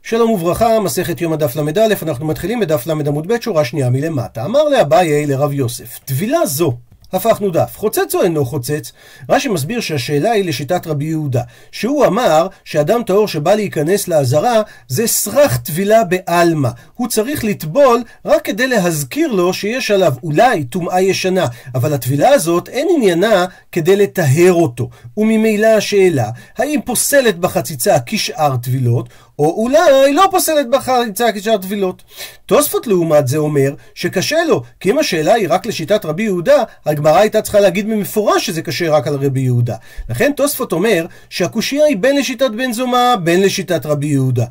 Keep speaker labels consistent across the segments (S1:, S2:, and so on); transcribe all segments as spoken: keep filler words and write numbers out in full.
S1: שלום וברכה, מסכת יום הדף למד א', אנחנו מתחילים בדף למד עמוד ב' שורה שנייה מלמטה. אמר לאביי לרב יוסף, טבילה זו, הפכנו דף, חוצץ או אינו חוצץ? רש"י מסביר שהשאלה היא לשיטת רבי יהודה, שהוא אמר שאדם טהור שבא להיכנס לעזרה זה סרח טבילה בעלמא, הוא צריך לטבול רק כדי להזכיר לו שיש עליו אולי טומאה ישנה, אבל הטבילה הזאת אין עניינה כדי לטהר אותו, וממילא השאלה האם פוסלת בחציצה כשאר טבילות, או אולי לא פוסלת בחציצה כשאר טבילות. תוספות לעומת זה אומר שקשה לו, כי אם השאלה היא רק לשיטת רבי יהודה, הגמרא הייתה צריכה להגיד במפורש שזה קשה רק על רבי יהודה. לכן תוספות אומר שהקושיה היא בין לשיטת בן זומא בין לשיטת רבי יהודה,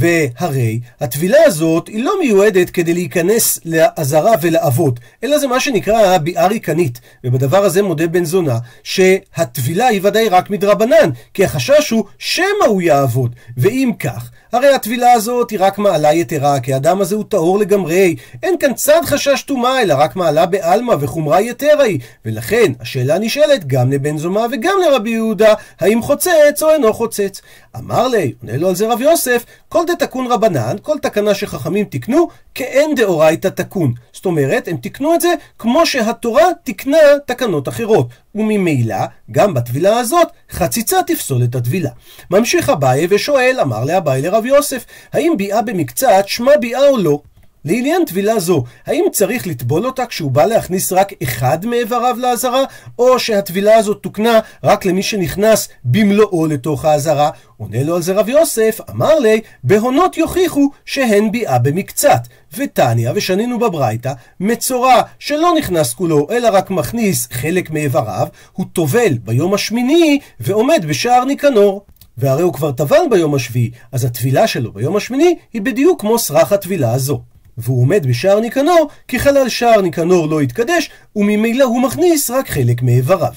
S1: והרי הטבילה הזאת היא לא מיועדת כדי להיכנס לעזרה ולעבוד, אלא זה מה שנקרא ביאה ריקנית, ובדבר הזה מודה בן זונה שהטבילה היא ודאי רק מדרבנן, כי החשש הוא שמא הוא יעבוד, ואם כך הרי הטבילה הזאת היא רק מעלה יתרה, כי האדם הזה הוא טהור לגמרי, אין כאן צד חשש טומאה, אלא רק מעלה בעלמא וחומרה יתרה היא, ולכן השאלה נשאלת גם לבן זומא וגם לרבי יהודה, האם חוצץ או אינו חוצץ. אמר לי, עונה לו על זה רב יוסף, כל דתקון רבנן, כל תקנה שחכמים תקנו, כאין דאורייתא תקון. זאת אומרת, הם תקנו את זה כמו שהתורה תקנה תקנות אחרות, וממילא גם בטבילה הזאת חציצה תפסול את הטבילה. ממשיך אביי ושואל, אמר לאביי לרב יוסף, האם ביאה במקצת שמה ביאה או לא? לעניין טבילה זו, האם צריך לטבול אותה כשהוא בא להכניס רק אחד מאיבריו לעזרה, או שהטבילה הזאת תוקנה רק למי שנכנס במלואו לתוך העזרה? עונה לו על זה רב יוסף, אמר לי, בהונות יוכיחו שהן ביאה במקצת. ותניא, ושנינו בברייתא, מצורע שלא נכנס כולו, אלא רק מכניס חלק מאיבריו, הוא טובל ביום השמיני ועומד בשער ניקנור. והרי הוא כבר טבל ביום השביעי, אז הטבילה שלו ביום השמיני היא בדיוק כמו סרח הטבילה הזו. והוא עומד בשער ניקנור, כי חלל שער ניקנור לא יתקדש, וממילא הוא מכניס רק חלק מאיבריו.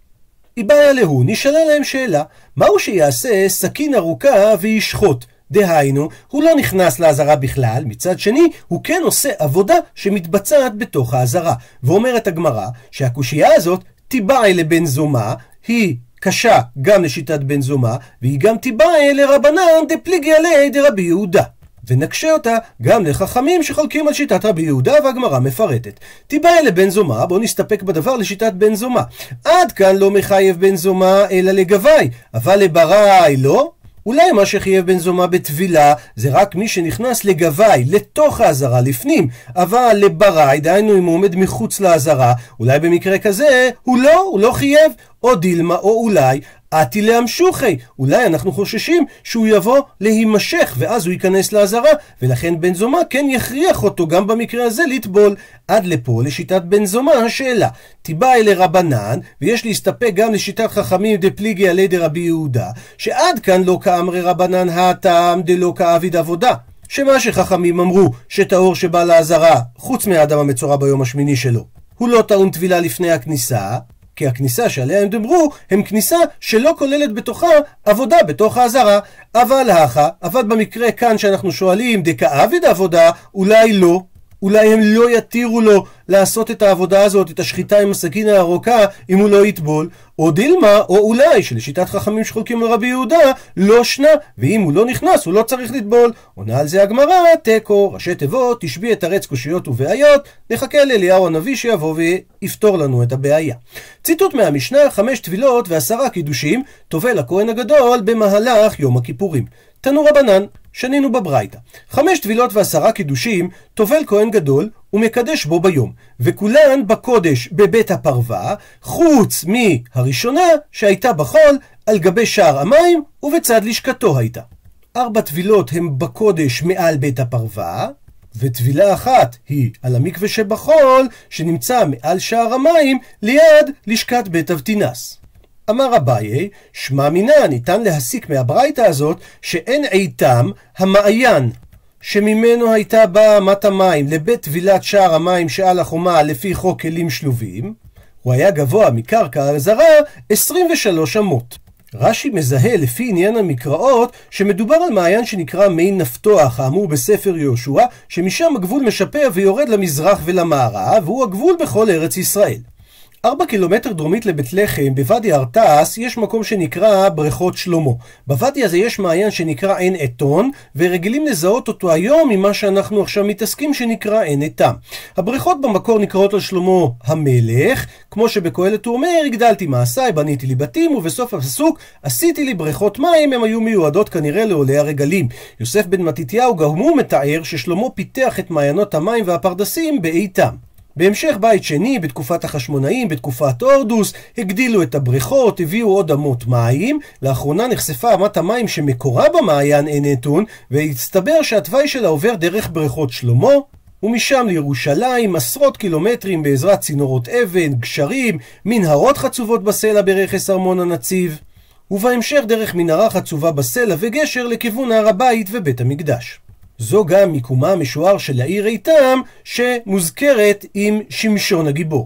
S1: איבאיה להו, נשאלה להם שאלה, מהו שיעשה סכין ארוכה וישחוט? דהיינו, הוא לא נכנס לעזרה בכלל, מצד שני, הוא כן עושה עבודה שמתבצעת בתוך העזרה. ואומרת הגמרא שהקושייה הזאת תיבאי לבן זומא, היא קשה גם לשיטת בן זומא, והיא גם תיבאי לרבנן דפליגי עלי דרבי יהודה. ונקשה אותה גם לחכמים שחולקים על שיטת רבי יהודה, והגמרא מפרטת. תיבאי לבן זומא, בוא נסתפק בדבר לשיטת בן זומא. עד כאן לא מחייב בן זומא אלא לגבי, אבל לבראי לא? אולי מה שחייב בן זומא בטבילה זה רק מי שנכנס לגבי, לתוך העזרה, לפנים, אבל לבראי, דהיינו אם הוא עומד מחוץ לעזרה, אולי במקרה כזה הוא לא, הוא לא חייב, או דילמה או אולי עתי להמשוכי, אולי אנחנו חוששים שהוא יבוא להימשך ואז הוא ייכנס לעזרה, ולכן בן זומא כן יכריח אותו גם במקרה הזה לטבול. עד לפה לשיטת בן זומא השאלה תיבאי לרבנן, ויש להסתפק גם לשיטת חכמים דפליגי עלי דרבי יהודה, שעד כאן לא כאמרי רבנן הטעם דלא כאביד עבודה, שמה שחכמים אמרו שטהור שבא לעזרה חוץ מהאדם המצורע ביום השמיני שלו הוא לא טעון טבילה לפני הכניסה, כי הכניסה שעליה הם דברו הם כניסה שלא כוללת בתוכה עבודה בתוך העזרה. אבל הכה, אבל במקרה כאן שאנחנו שואלים דכאביד עבודה, אולי לא, אולי הם לא יתירו לו לעשות את העבודה הזאת, את השחיטה עם הסכין הארוכה, אם הוא לא יטבול, או דילמה, או אולי שלשיטת חכמים שחולקים לרבי יהודה לא שנה, ואם הוא לא נכנס הוא לא צריך לטבול. עונה על זה הגמרא תיקו, ראשי תיבות תשבי את ארץ קושיות ובעיות, נחכה לאליהו הנביא שיבוא ויפתור לנו את הבעיה. ציטוט מהמשנה, חמש טבילות ועשרה קידושים טובל הכהן הגדול במהלך יום הכיפורים. תנו רבנן, שנינו בברייתא, חמש טבילות ועשרה קידושים טובל כהן גדול ומקדש בו ביום, וכולן בקודש בבית הפרווה, חוץ מהראשונה שהייתה בחול על גבי שער המים ובצד לשכתו הייתה. ארבע טבילות הם בקודש מעל בית הפרווה, וטבילה אחת היא על המקווה שבחול שנמצא מעל שער המים ליד לשכת בית אבטינס. אמר אביי, שמע מינה, ניתן להסיק מהברייתא הזאת שאין עיתם המעיין שממנו הייתה באה אמת המים לבית טבילת שער המים שעל החומה לפי חוק כלים שלובים, הוא היה גבוה מקרקע העזרה עשרים ושלוש אמות. רש"י מזהה לפי עניין המקראות שמדובר על מעיין שנקרא מי נפתוח, האמור בספר יהושע, שמשם הגבול משפע ויורד למזרח ולמערב, והוא הגבול בכל ארץ ישראל. ארבע קילומטר דרומית לבית לחם, בוואדי ארטס, יש מקום שנקרא בריכות שלמה. בוואדי הזה יש מעיין שנקרא עין עתון, ורגילים לזהות אותו היום ממה שאנחנו עכשיו מתעסקים שנקרא עין עתם. הבריכות במקור נקראות על שלמה המלך, כמו שבקהלת הוא אומר, הגדלתי מעשיי, בניתי לי בתים, ובסוף הפסוק, עשיתי לי בריכות מים, הם היו מיועדות כנראה לעולי הרגלים. יוסף בן מתתיהו גם הוא מתאר ששלמה פיתח את מעיינות המים והפרדסים בעיתם. בהמשך בית שני, בתקופת החשמונאים, בתקופת הורדוס, הגדילו את הבריכות, הביאו עוד אמות מים. לאחרונה נחשפה אמת המים שמקורה במעיין עין עתון, והצטבר שהתוואי שלה עובר דרך בריכות שלמה, ומשם לירושלים עשרות קילומטרים בעזרת צינורות אבן, גשרים, מנהרות חצובות בסלע ברכס ארמון הנציב, ובהמשך דרך מנהרה חצובה בסלע וגשר לכיוון הר הבית ובית המקדש. זו גם מיקומה המשוער של העיר עיתם שמוזכרת עם שמשון הגיבור.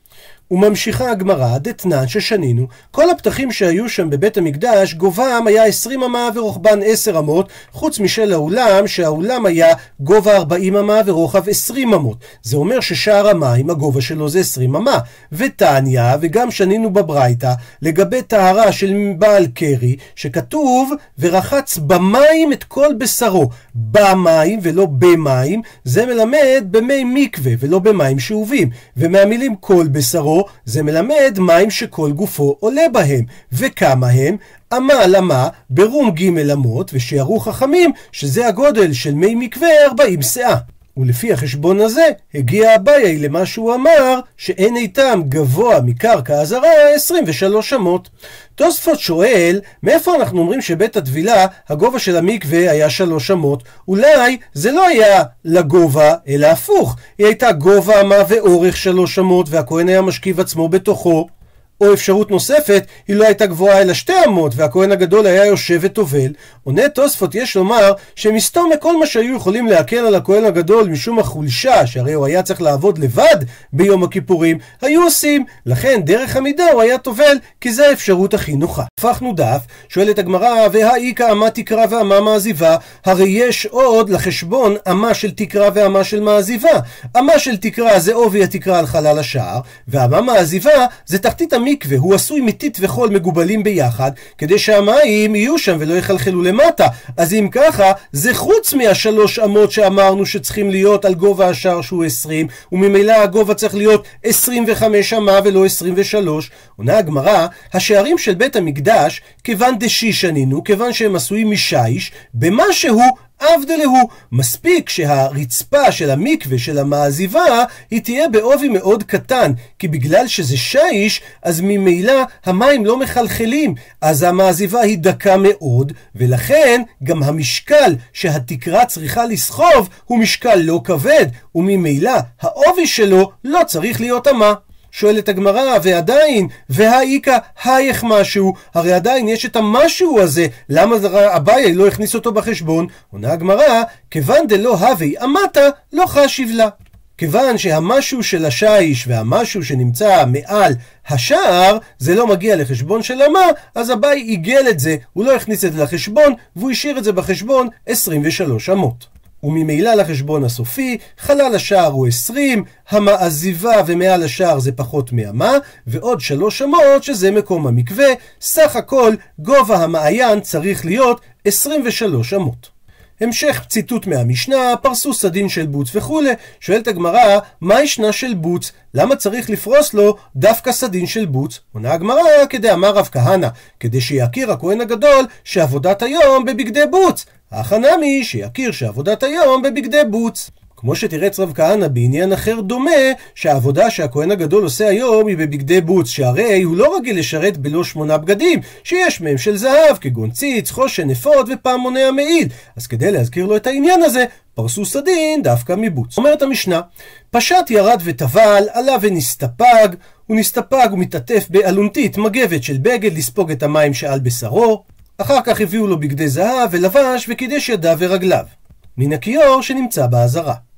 S1: וממשיכה הגמרא, דתנן ששנינו, כל הפתחים שהיו שם בבית המקדש גובהם היה עשרים אמה ורוחבן עשר אמות, חוץ משל האולם שהאולם היה גובה ארבעים אמה ורוחב עשרים אמות. זה אומר ששער המים הגובה שלו זה עשרים אמה. ותניה, וגם שנינו בברייתא לגבי טהרה של בעל קרי, שכתוב ורחץ במים את כל בשרו. במים ולא במים, זה מלמד במי מקווה ולא במים שאובים. ומהמילים כל בשרו זה מלמד מים שכל גופו עולה בהם. וכמה הם? אמה על אמה ברום ג' אמות, ושיערו חכמים שזה הגודל של מי מקווה ארבעים שאה. ולפי החשבון הזה הגיע אביי למה שהוא אמר שעין עיתם גבוה מקרקע הזרה עשרים ושלוש אמות. תוספות שואל, מאיפה אנחנו אומרים שבית הטבילה הגובה של המקווה היה שלוש אמות? אולי זה לא היה לגובה אלא הפוך, היא הייתה גובה אמה ואורך שלוש אמות והכהן היה משכיב עצמו בתוכו. או אפשרות נוספת, היא לא הייתה גבוהה אלא שתי אמות, והכהן הגדול היה יושב וטובל. עונה תוספות יש לומר שמסתום מכל מה שהיו יכולים להקל על הכהן הגדול משום החולשה, שהרי הוא היה צריך לעבוד לבד ביום הכיפורים, היו עושים. לכן דרך המידה הוא היה טובל, כי זה האפשרות הכי נוחה. הפכנו דף, שואלת הגמרא, והאיקה אמה תקרה ואמה מעזיבה, הרי יש עוד לחשבון אמה של תקרה ואמה של מעזיבה. אמה של תקרה זה עובי התקרה על חלל השער, ואמה מעזיבה זה תחתית המקווה, הוא עשוי מיטית וחול מגובלים ביחד, כדי שהמים יהיו שם ולא יחלחלו למטה. אז אם ככה, זה חוץ מהשלוש אמות שאמרנו שצריכים להיות על גובה השער שהוא עשרים, וממילא הגובה צריך להיות עשרים וחמש אמה ולא עשרים ושלוש. עונה הגמרא, השערים של בית המקדש, כיוון דשישנינו, כיוון שהם עשויים משיש, במה שהוא אבדלהו, מספיק שהרצפה של המקווה של המעזיבה היא תהיה בעובי מאוד קטן, כי בגלל שזה שיש אז ממילא המים לא מחלחלים, אז המעזיבה היא דקה מאוד, ולכן גם המשקל שהתקרה צריכה לסחוב הוא משקל לא כבד, וממילא העובי שלו לא צריך להיות אמה. שואלת הגמרא, ועדיין, והאיקה הייך משהו, הרי עדיין יש את המשהו הזה, למה אביי לא הכניס אותו בחשבון? עונה הגמרא, כיוון דלא הווי אמתה, לא חשיב לה. כיוון שהמשהו של השיש והמשהו שנמצא מעל השער, זה לא מגיע לחשבון של אמה, אז אביי עיגל את זה, הוא לא הכניס את זה לחשבון, והוא השאיר את זה בחשבון עשרים ושלוש אמות. וממילא לחשבון הסופי, חלל השער הוא עשרים, המעזיבה ומעל השער זה פחות מאמה, ועוד שלוש אמות שזה מקום המקווה, סך הכל גובה המעיין צריך להיות עשרים ושלוש אמות. המשך ציטוט מהמשנה, פרסו סדין של בוץ וכו'. שואלת הגמרא, מה ישנה של בוץ? למה צריך לפרוס לו דווקא סדין של בוץ? עונה הגמרא, כדי אמר רב כהנא, כדי שיכיר הכהן הגדול שעבודת היום בבגדי בוץ. החנמי שיכיר שעבודת היום בבגדי בוץ. כמו שתירץ רב כהנא בעניין אחר דומה, שהעבודה שהכהן הגדול עושה היום היא בבגדי בוץ, שהרי הוא לא רגיל לשרת בלא שמונה בגדים, שיש מהם של זהב, כגון ציץ, חושן, אפוד ופעמוני המעיל. אז כדי להזכיר לו את העניין הזה, פרסו סדין דווקא מבוץ. אומרת המשנה, פשט ירד וטבל, עלה ונסתפג, הוא נסתפג ומתעטף באלונתית מגבת של בגד לספוג את המים שעל בשרו, אחר כך הביאו לו בגדי זהב ולבש וקידש ידיו ורגליו מן הכיור שנמצא בעזרה.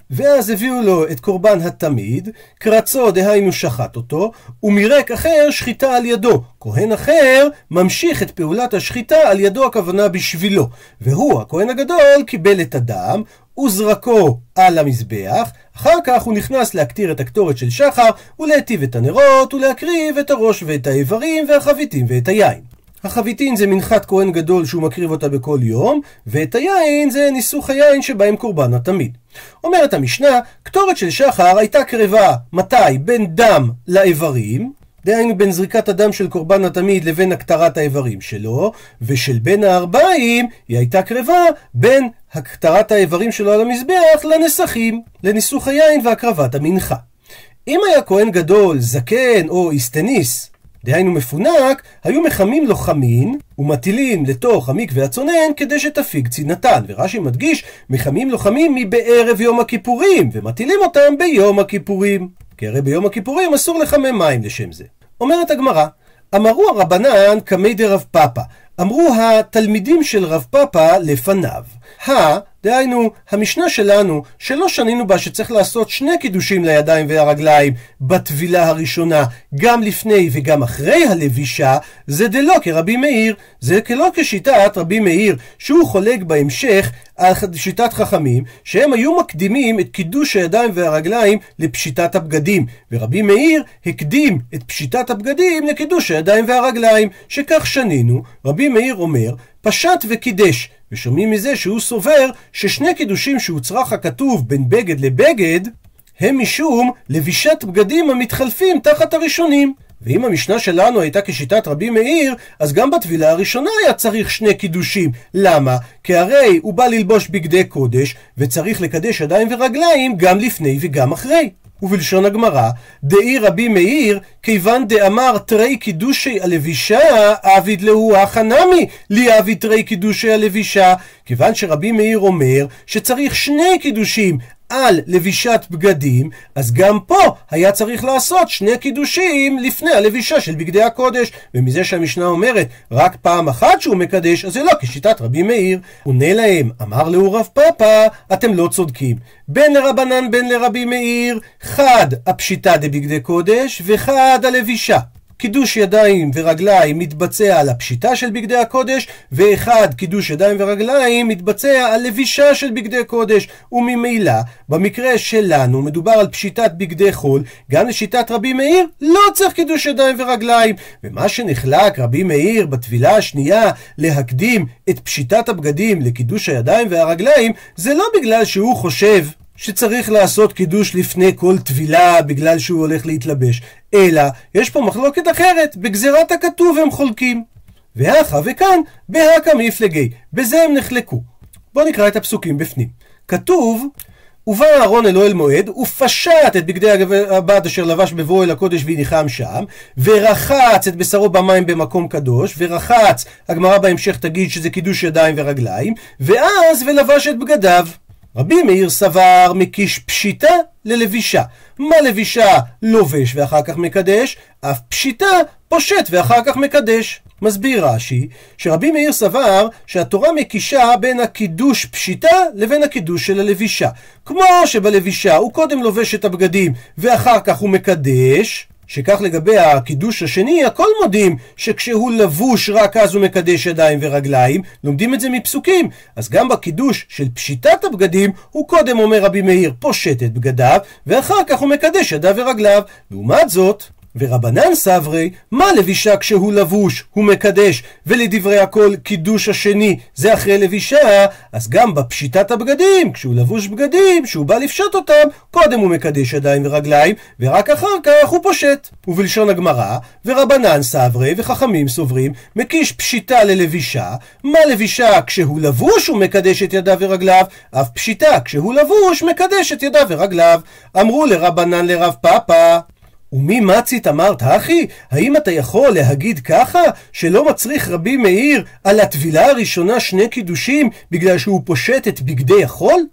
S1: ואז הביאו לו את קורבן התמיד, קרצו דהיינו שחט אותו, ומרק אחר שחיטה על ידו. כהן אחר ממשיך את פעולת השחיטה על ידו, הכוונה בשבילו. והוא, הכהן הגדול, קיבל את הדם, וזרקו על המזבח, אחר כך הוא נכנס להקטיר את הקטורת של שחר, ולהטיב את הנרות, ולהקריב את הראש ואת האיברים והחביתים ואת היין. החביתין זה מנחת כהן גדול שהוא מקריב אותה בכל יום, ואת היין זה ניסוך היין שבהם קורבן התמיד. אומרת המשנה, קטורת של שחר הייתה קרבה מתי? בין דם לאיברים, דהיינו בין זריקת הדם של קורבן התמיד לבין הקטרת האיברים שלו, ושל בין הארבעים היא הייתה קרבה בין הקטרת האיברים שלו על המזבח לנסכים, לניסוך היין והקרבת המנחה. אם היה כהן גדול, זקן או איסטניס, דהיינו מפונק, היו מחמים לו חמין ומטילים לתוך המקווה הצונן כדי שתפיג צינתן. ורש"י מדגיש, מחמים לו חמין מבערב יום הכיפורים ומטילים אותם ביום הכיפורים, כי הרי ביום הכיפורים אסור לחמם מים לשם זה. אומרת הגמרא, אמרו הרבנן כמי דרב פאפא, אמרו התלמידים של רב פאפא לפניו. ה, דהיינו, המשנה שלנו, שלא שנינו בה שצריך לעשות שני קידושים לידיים והרגליים בטבילה הראשונה, גם לפני וגם אחרי הלבישה, זה דלא כרבי מאיר, זה כלא כשיטת רבי מאיר, שהוא חולק בהמשך על שיטת חכמים, שהם היו מקדימים את קידוש הידיים והרגליים לפשיטת הבגדים, ורבי מאיר הקדים את פשיטת הבגדים לקידוש הידיים והרגליים, שכך שנינו. רבי מאיר אומר, פשט וקידש, ושומעים מזה שהוא סובר ששני קידושים שהוצרך הכתוב בין בגד לבגד, הם משום לבישת בגדים המתחלפים תחת הראשונים. ואם המשנה שלנו הייתה כשיטת רבי מאיר, אז גם בטבילה הראשונה היה צריך שני קידושים. למה? כי הרי הוא בא ללבוש בגדי קודש, וצריך לקדש ידיים ורגליים גם לפני וגם אחרי. ובלשון הגמרא, דאי רבי מאיר, כיוון דאמר תרי קידושי הלבישה, אביד להו החנמי, לי אביד תרי קידושי הלבישה. כיוון שרבי מאיר אומר שצריך שני קידושים על לבישת בגדים, אז גם פה היה צריך לעשות שני קידושים לפני הלבישה של בגדי הקודש. ומזה שהמשנה אומרת רק פעם אחת שהוא מקדש, אז זה לא כשיטת רבי מאיר. עונה להם, אמר לו רב פאפא, אתם לא צודקים. בין לרבנן בין לרבי מאיר, חד הפשיטה דבגדי קודש וחד הלבישה. קידוש ידיים ורגליים מתבצע על הפשיטה של בגדי הקודש, ואחד קידוש ידיים ורגליים מתבצע על לבישה של בגדי קודש. וממילא במקרה שלנו מדובר על פשיטת בגדי חול, גם לשיטת רבי מאיר לא צריך קידוש ידיים ורגליים. ומה שנחלק רבי מאיר בטבילה השנייה להקדים את פשיטת הבגדים לקידוש הידיים והרגליים, זה לא בגלל שהוא חושב שצריך לעשות קידוש לפני כל טבילה בגלל שהוא הולך להתלבש, אלא יש פה מחלוקת אחרת, בגזירת הכתוב הם חולקים. והכה וכאן בהכה מפלגי, בזה הם נחלקו. בואו נקרא את הפסוקים בפנים. כתוב, ובא אהרון אל אוהל מועד, ופשט את בגדי הבד אשר לבש בבואו אל הקודש והניחם שם, ורחץ את בשרו במים במקום קדוש, ורחץ, הגמרא בהמשך תגיד שזה קידוש ידיים ורגליים, ואז ולבש את בגדיו. רבי מאיר סבר מקיש פשיטה ללבישה. מה לבישה? לובש ואחר כך מקדש, אף פשיטה פושט ואחר כך מקדש. מסביר רש"י שרבי מאיר סבר שהתורה מקישה בין הקידוש פשיטה לבין הקידוש של הלבישה. כמו שבלבישה הוא קודם לובש את הבגדים ואחר כך הוא מקדש, שכך לגבי הקידוש השני, הכל מודים שכשהוא לבוש רק אז הוא מקדש ידיים ורגליים, לומדים את זה מפסוקים. אז גם בקידוש של פשיטת הבגדים, הוא קודם אומר רבי מאיר פושט את בגדיו, ואחר כך הוא מקדש ידיו ורגליו. לעומת זאת, ורבנן סברי, מה לבישה כשהוא לבוש הוא מקדש, ולדברי הכל קידוש השני זה אחרי לבישה, אז גם בפשיטת הבגדים, כשהוא לבוש בגדים, שהוא בא לפשוט אותם, קודם הוא מקדש ידיים ורגליים, ורק אחר כך הוא פושט. ובלשון הגמרא, ורבנן סברי וחכמים סוברים, מקיש פשיטה ללבישה. מה לבישה כשהוא לבוש הוא מקדש את ידיו ורגליו, אף פשיטה כשהוא לבוש מקדש את ידיו ורגליו. אמרו לרבנן לרב פאפא, ומי מצית אמרת אחי? האם אתה יכול להגיד ככה שלא מצריך רבי מאיר על הטבילה הראשונה שני קידושים בגלל שהוא פושט את בגדי החול?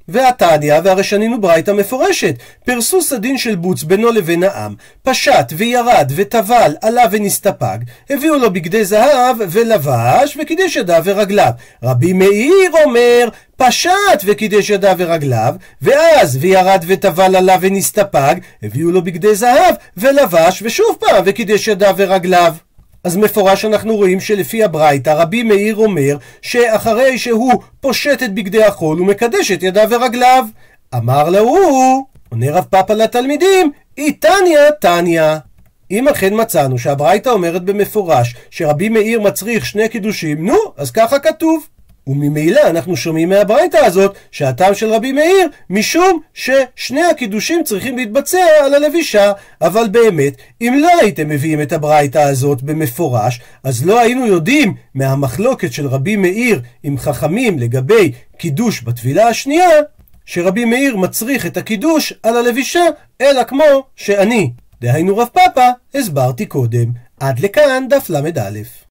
S1: והתניא, והרי שנינו ברייתא מפורשת, פרסו סדין של בוץ בינו לבין העם, פשט וירד וטבל, עלה ונסתפג, הביאו לו בגדי זהב ולבש וקידש ידיו ורגליו. רבי מאיר אומר, פשט וקידש ידיו ורגליו, ואז וירד וטבל, עלה ונסתפג, הביאו לו בגדי זהב ולבש ושוב פעם וקידש ידיו ורגליו. אז מפורש אנחנו רואים שלפי הברייתא רבי מאיר אומר שאחרי שהוא פושט את בגדי החול הוא מקדש את ידיו ורגליו. אמר לו הוא, עונה רב פאפא לתלמידים, איתניא תניא. אם אכן מצאנו שהברייתא אומרת במפורש שרבי מאיר מצריך שני קידושים, נו, אז ככה כתוב. וממילא אנחנו שומעים מהברייתא הזאת שהטעם של רבי מאיר משום ששני הקידושים צריכים להתבצע על הלבישה. אבל באמת, אם לא הייתם מביאים את הברייתא הזאת במפורש, אז לא היינו יודעים מהמחלוקת של רבי מאיר עם חכמים לגבי קידוש בטבילה השנייה, שרבי מאיר מצריך את הקידוש על הלבישה, אלא כמו שאני, דהיינו רב פאפא, הסברתי קודם. עד לכאן דף למד א'.